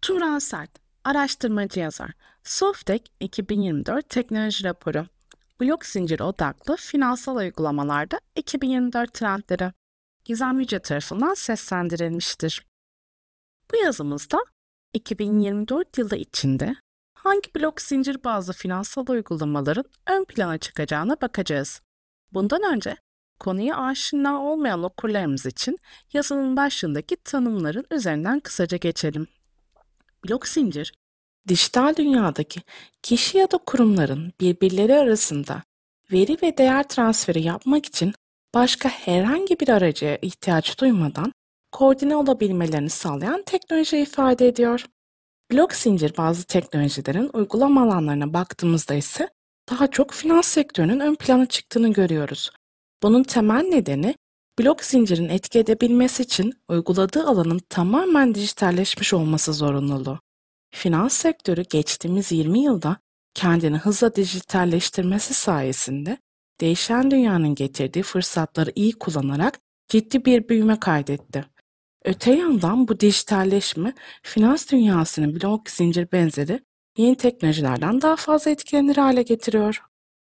Tuğra Sert, araştırmacı yazar. Softek 2024 Teknoloji Raporu. Blok zinciri odaklı finansal uygulamalarda 2024 trendleri. Gizem Yüce tarafından seslendirilmiştir. Bu yazımızda 2024 yılı içinde hangi blok zincir bazlı finansal uygulamaların ön plana çıkacağına bakacağız. Bundan önce konuya aşina olmayan okurlarımız için yazının başlığındaki tanımların üzerinden kısaca geçelim. Blok zincir, dijital dünyadaki kişi ya da kurumların birbirleri arasında veri ve değer transferi yapmak için başka herhangi bir aracıya ihtiyaç duymadan koordine olabilmelerini sağlayan teknoloji ifade ediyor. Blok zincir bazı teknolojilerin uygulama alanlarına baktığımızda ise daha çok finans sektörünün ön plana çıktığını görüyoruz. Bunun temel nedeni blok zincirin etki edebilmesi için uyguladığı alanın tamamen dijitalleşmiş olması zorunluluğu. Finans sektörü geçtiğimiz 20 yılda kendini hızla dijitalleştirmesi sayesinde değişen dünyanın getirdiği fırsatları iyi kullanarak ciddi bir büyüme kaydetti. Öte yandan bu dijitalleşme finans dünyasını blok zincir benzeri yeni teknolojilerden daha fazla etkilenir hale getiriyor.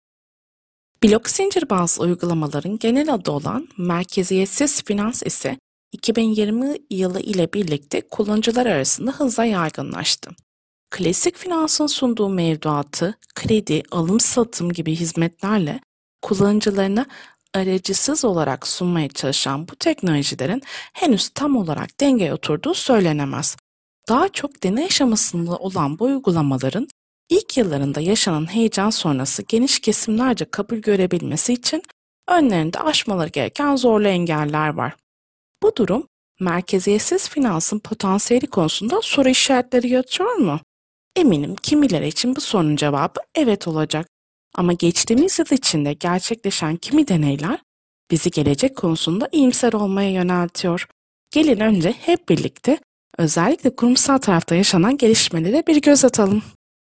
Blok zincir bazlı uygulamaların genel adı olan merkeziyetsiz finans ise 2020 yılı ile birlikte kullanıcılar arasında hızla yaygınlaştı. Klasik finansın sunduğu mevduatı, kredi, alım-satım gibi hizmetlerle kullanıcılarına aracısız olarak sunmaya çalışan bu teknolojilerin henüz tam olarak dengeye oturduğu söylenemez. Daha çok deney aşamasında olan bu uygulamaların ilk yıllarında yaşanan heyecan sonrası geniş kesimlerce kabul görebilmesi için önlerinde aşmaları gereken zorlu engeller var. Bu durum, merkeziyetsiz finansın potansiyeli konusunda soru işaretleri yaratıyor mu? Eminim kimileri için bu sorunun cevabı evet olacak. Ama geçtiğimiz yıl içinde gerçekleşen kimi deneyler bizi gelecek konusunda iyimser olmaya yöneltiyor. Gelin önce hep birlikte özellikle kurumsal tarafta yaşanan gelişmelere bir göz atalım.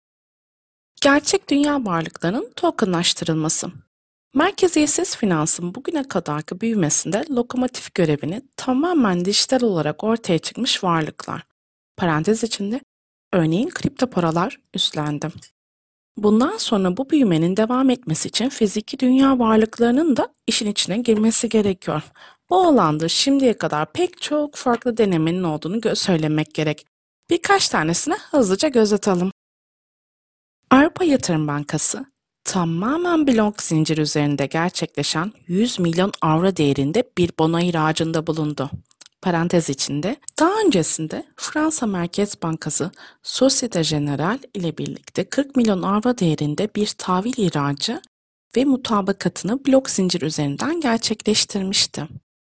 Gerçek dünya varlıklarının tokenlaştırılması. Merkeziyetsiz finansın bugüne kadarki büyümesinde lokomotif görevini tamamen dijital olarak ortaya çıkmış varlıklar, parantez içinde örneğin kripto paralar üstlendi. Bundan sonra bu büyümenin devam etmesi için fiziki dünya varlıklarının da işin içine girmesi gerekiyor. Bu alanda şimdiye kadar pek çok farklı denemenin olduğunu söylemek gerek. Birkaç tanesine hızlıca göz atalım. Avrupa Yatırım Bankası, tamamen blok zincir üzerinde gerçekleşen 100 milyon avro değerinde bir bono ihracında bulundu. Parantez içinde, daha öncesinde Fransa Merkez Bankası Societe Generale ile birlikte 40 milyon avro değerinde bir tahvil ihracı ve mutabakatını blok zincir üzerinden gerçekleştirmişti.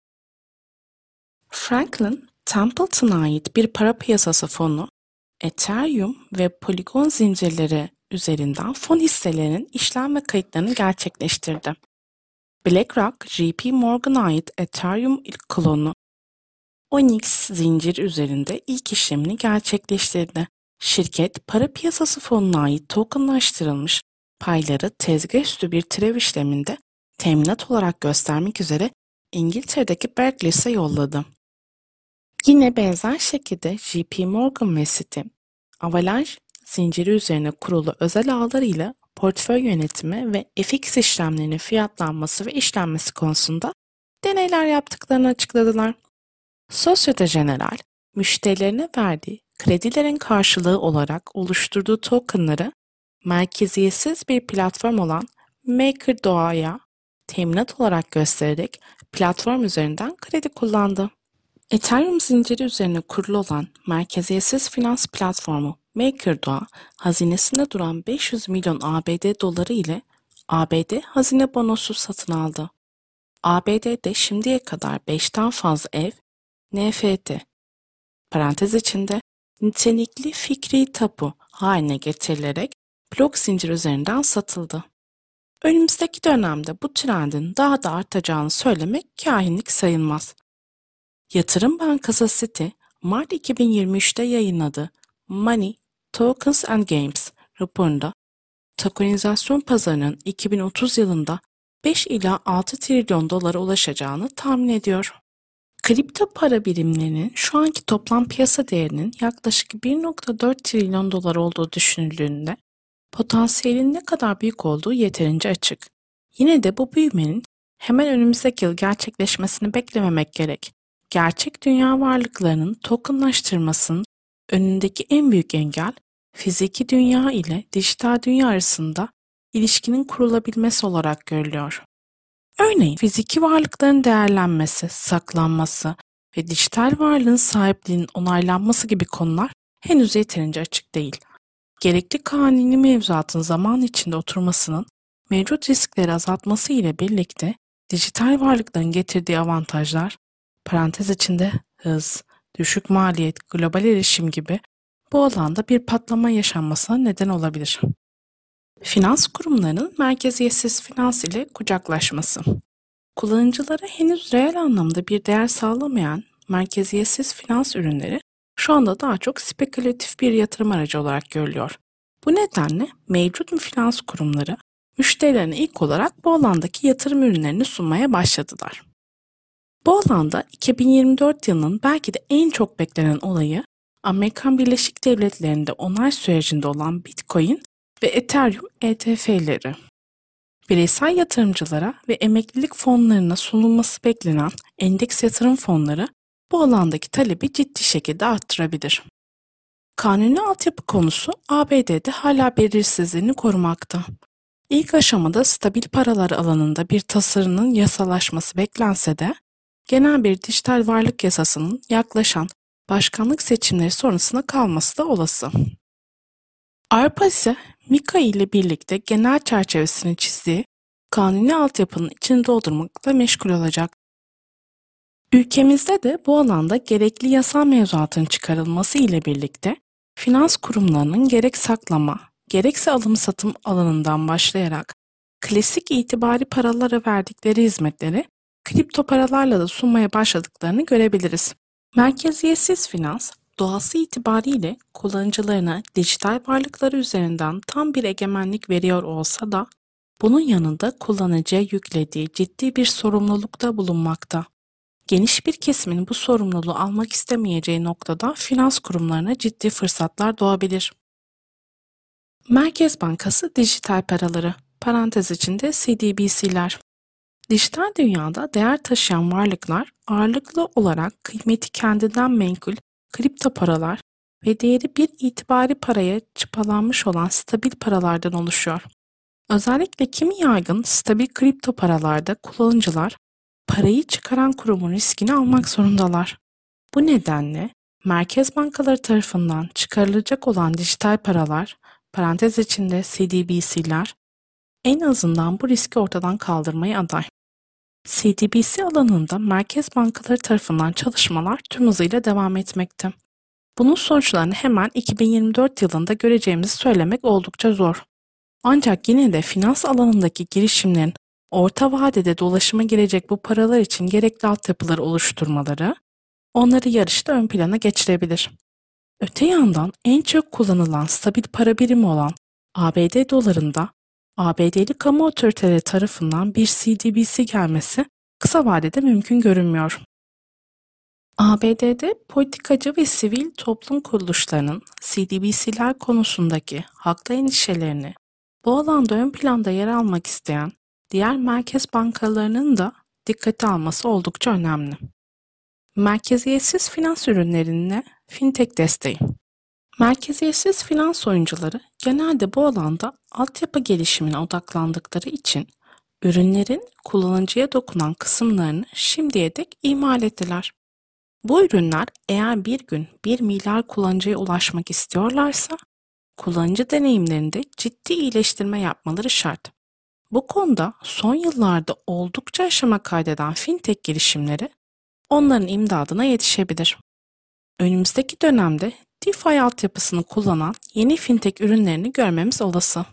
Franklin Templeton'a ait bir para piyasası fonu, Ethereum ve Polygon zincirleri üzerinden fon hisselerinin işlem ve kayıtlarını gerçekleştirdi. BlackRock, JP Morgan'a ait Ethereum klonu Onyx zincir üzerinde ilk işlemini gerçekleştirdi. Şirket, para piyasası fonuna ait tokenlaştırılmış payları tezgah üstü bir türev işleminde teminat olarak göstermek üzere İngiltere'deki Barclays'e yolladı. Yine benzer şekilde JP Morgan ve Citi, Avalanche zinciri üzerine kurulu özel ağlarıyla portföy yönetimi ve FX işlemlerinin fiyatlanması ve işlenmesi konusunda deneyler yaptıklarını açıkladılar. Societe Generale, müşterilerine verdiği kredilerin karşılığı olarak oluşturduğu tokenları merkeziyetsiz bir platform olan MakerDAO'ya teminat olarak göstererek platform üzerinden kredi kullandı. Ethereum zinciri üzerine kurulu olan merkeziyetsiz finans platformu MakerDAO, hazinesinde duran 500 milyon ABD doları ile ABD hazine bonosu satın aldı. ABD'de şimdiye kadar 5'ten fazla ev, NFT, parantez içinde nitelikli fikri tapu haline getirilerek blok zincir üzerinden satıldı. Önümüzdeki dönemde bu trendin daha da artacağını söylemek kahinlik sayılmaz. Yatırım Bankası Citi, Mart 2023'te yayınladığı Money, Tokens and Games raporunda tokenizasyon pazarının 2030 yılında 5 ila 6 trilyon dolara ulaşacağını tahmin ediyor. Kripto para birimlerinin şu anki toplam piyasa değerinin yaklaşık 1,4 trilyon dolar olduğu düşünüldüğünde potansiyelin ne kadar büyük olduğu yeterince açık. Yine de bu büyümenin hemen önümüzdeki yıl gerçekleşmesini beklememek gerek. Gerçek dünya varlıklarının tokenlaştırmasının önündeki en büyük engel, fiziki dünya ile dijital dünya arasında ilişkinin kurulabilmesi olarak görülüyor. Örneğin fiziki varlıkların değerlenmesi, saklanması ve dijital varlığın sahipliğinin onaylanması gibi konular henüz yeterince açık değil. Gerekli kanuni mevzuatın zaman içinde oturmasının mevcut riskleri azaltması ile birlikte dijital varlıkların getirdiği avantajlar, parantez içinde hız, düşük maliyet, global erişim gibi bu alanda bir patlama yaşanmasına neden olabilir. Finans kurumlarının merkeziyetsiz finans ile kucaklaşması. Kullanıcılara henüz reel anlamda bir değer sağlamayan merkeziyetsiz finans ürünleri şu anda daha çok spekülatif bir yatırım aracı olarak görülüyor. Bu nedenle mevcut finans kurumları müşterilerine ilk olarak bu alandaki yatırım ürünlerini sunmaya başladılar. Bu alanda 2024 yılının belki de en çok beklenen olayı Amerikan Birleşik Devletleri'nde onay sürecinde olan Bitcoin ve Ethereum ETF'leri. Bireysel yatırımcılara ve emeklilik fonlarına sunulması beklenen endeks yatırım fonları bu alandaki talebi ciddi şekilde arttırabilir. Kanuni altyapı konusu ABD'de hala belirsizliğini korumakta. İlk aşamada stabil paralar alanında bir tasarının yasalaşması beklense de genel bir dijital varlık yasasının yaklaşan başkanlık seçimleri sonrasına kalması da olası. Avrupa ise MiCA ile birlikte genel çerçevesini çizdiği kanuni altyapının içini doldurmakla meşgul olacak. Ülkemizde de bu alanda gerekli yasal mevzuatın çıkarılması ile birlikte finans kurumlarının gerek saklama, gerekse alım-satım alanından başlayarak klasik itibari paralara verdikleri hizmetleri kripto paralarla da sunmaya başladıklarını görebiliriz. Merkeziyetsiz finans, doğası itibariyle kullanıcılarına dijital varlıkları üzerinden tam bir egemenlik veriyor olsa da bunun yanında kullanıcıya yüklediği ciddi bir sorumlulukta bulunmakta. Geniş bir kesimin bu sorumluluğu almak istemeyeceği noktada finans kurumlarına ciddi fırsatlar doğabilir. Merkez Bankası dijital paraları, parantez içinde CDBC'ler. Dijital dünyada değer taşıyan varlıklar ağırlıklı olarak kıymeti kendinden menkul kripto paralar ve değeri bir itibari paraya çıpalanmış olan stabil paralardan oluşuyor. Özellikle kimi yaygın stabil kripto paralarda kullanıcılar parayı çıkaran kurumun riskini almak zorundalar. Bu nedenle merkez bankaları tarafından çıkarılacak olan dijital paralar, parantez içinde CDBC'ler, en azından bu riski ortadan kaldırmaya aday. CDBC alanında merkez bankaları tarafından çalışmalar tüm hızıyla devam etmekte. Bunun sonuçlarını hemen 2024 yılında göreceğimizi söylemek oldukça zor. Ancak yine de finans alanındaki girişimlerin orta vadede dolaşıma girecek bu paralar için gerekli altyapıları oluşturmaları, onları yarışta ön plana geçirebilir. Öte yandan en çok kullanılan stabil para birimi olan ABD dolarında ABD'li kamu otoriteleri tarafından bir CDBC gelmesi kısa vadede mümkün görünmüyor. ABD'de politikacı ve sivil toplum kuruluşlarının CDBC'ler konusundaki haklı endişelerini bu alanda ön planda yer almak isteyen diğer merkez bankalarının da dikkate alması oldukça önemli. Merkeziyetsiz finans ürünlerine fintech desteği. Merkeziyetsiz finans oyuncuları genelde bu alanda altyapı gelişimine odaklandıkları için ürünlerin kullanıcıya dokunan kısımlarını şimdiye dek ihmal ettiler. Bu ürünler eğer bir gün 1 milyar kullanıcıya ulaşmak istiyorlarsa kullanıcı deneyimlerinde ciddi iyileştirme yapmaları şart. Bu konuda son yıllarda oldukça aşama kaydeden fintech girişimleri onların imdadına yetişebilir. Önümüzdeki dönemde DeFi altyapısını kullanan yeni fintech ürünlerini görmemiz olası.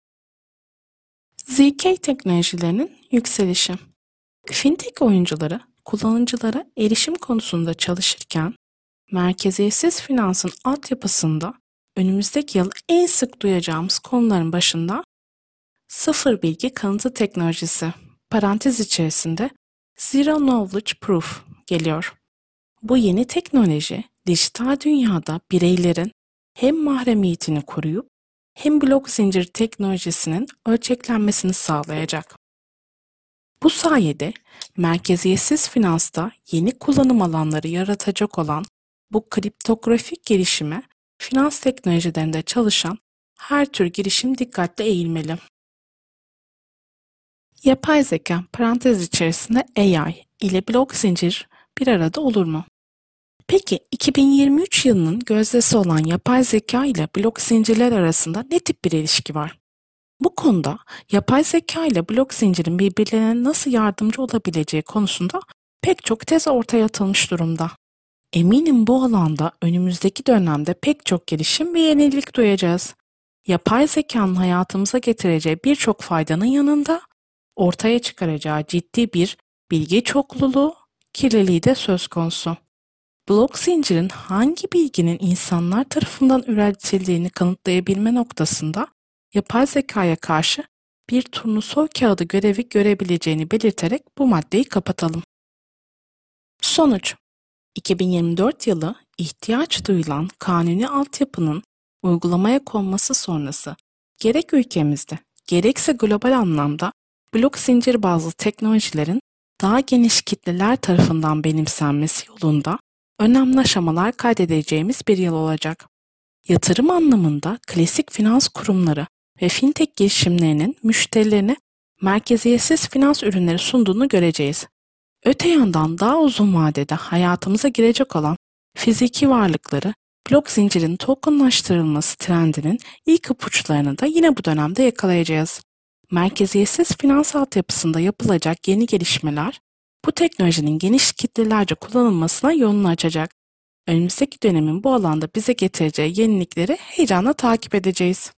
ZK teknolojilerinin yükselişi. Fintech oyuncuları kullanıcılara erişim konusunda çalışırken merkeziyetsiz finansın altyapısında önümüzdeki yıl en sık duyacağımız konuların başında sıfır bilgi kanıtı teknolojisi, parantez içerisinde Zero Knowledge Proof geliyor. Bu yeni teknoloji, dijital dünyada bireylerin hem mahremiyetini koruyup hem blok zincir teknolojisinin ölçeklenmesini sağlayacak. Bu sayede merkeziyetsiz finansta yeni kullanım alanları yaratacak olan bu kriptografik gelişime finans teknolojilerinde çalışan her tür girişim dikkatle eğilmeli. Yapay zeka parantez içerisinde AI ile blok zincir bir arada olur mu? Peki 2023 yılının gözdesi olan yapay zeka ile blok zincirler arasında ne tip bir ilişki var? Bu konuda yapay zeka ile blok zincirin birbirlerine nasıl yardımcı olabileceği konusunda pek çok tez ortaya atılmış durumda. Eminim bu alanda önümüzdeki dönemde pek çok gelişim ve yenilik duyacağız. Yapay zekanın hayatımıza getireceği birçok faydanın yanında ortaya çıkaracağı ciddi bir bilgi çokluluğu, kirliliği de söz konusu. Blok zincirin hangi bilginin insanlar tarafından üretildiğini kanıtlayabilme noktasında yapay zekaya karşı bir turnusol kağıdı görevi görebileceğini belirterek bu maddeyi kapatalım. Sonuç: 2024 yılı ihtiyaç duyulan kanuni altyapının uygulamaya konması sonrası gerek ülkemizde gerekse global anlamda blok zincir bazlı teknolojilerin daha geniş kitleler tarafından benimsenmesi yolunda önemli aşamalar kaydedeceğimiz bir yıl olacak. Yatırım anlamında klasik finans kurumları ve fintech girişimlerinin müşterilerine merkeziyetsiz finans ürünleri sunduğunu göreceğiz. Öte yandan daha uzun vadede hayatımıza girecek olan fiziki varlıkları blok zincirin tokenlaştırılması trendinin ilk ipuçlarını da yine bu dönemde yakalayacağız. Merkeziyetsiz finans altyapısında yapılacak yeni gelişmeler bu teknolojinin geniş kitlelerce kullanılmasına yolunu açacak. Önümüzdeki dönemin bu alanda bize getireceği yenilikleri heyecanla takip edeceğiz.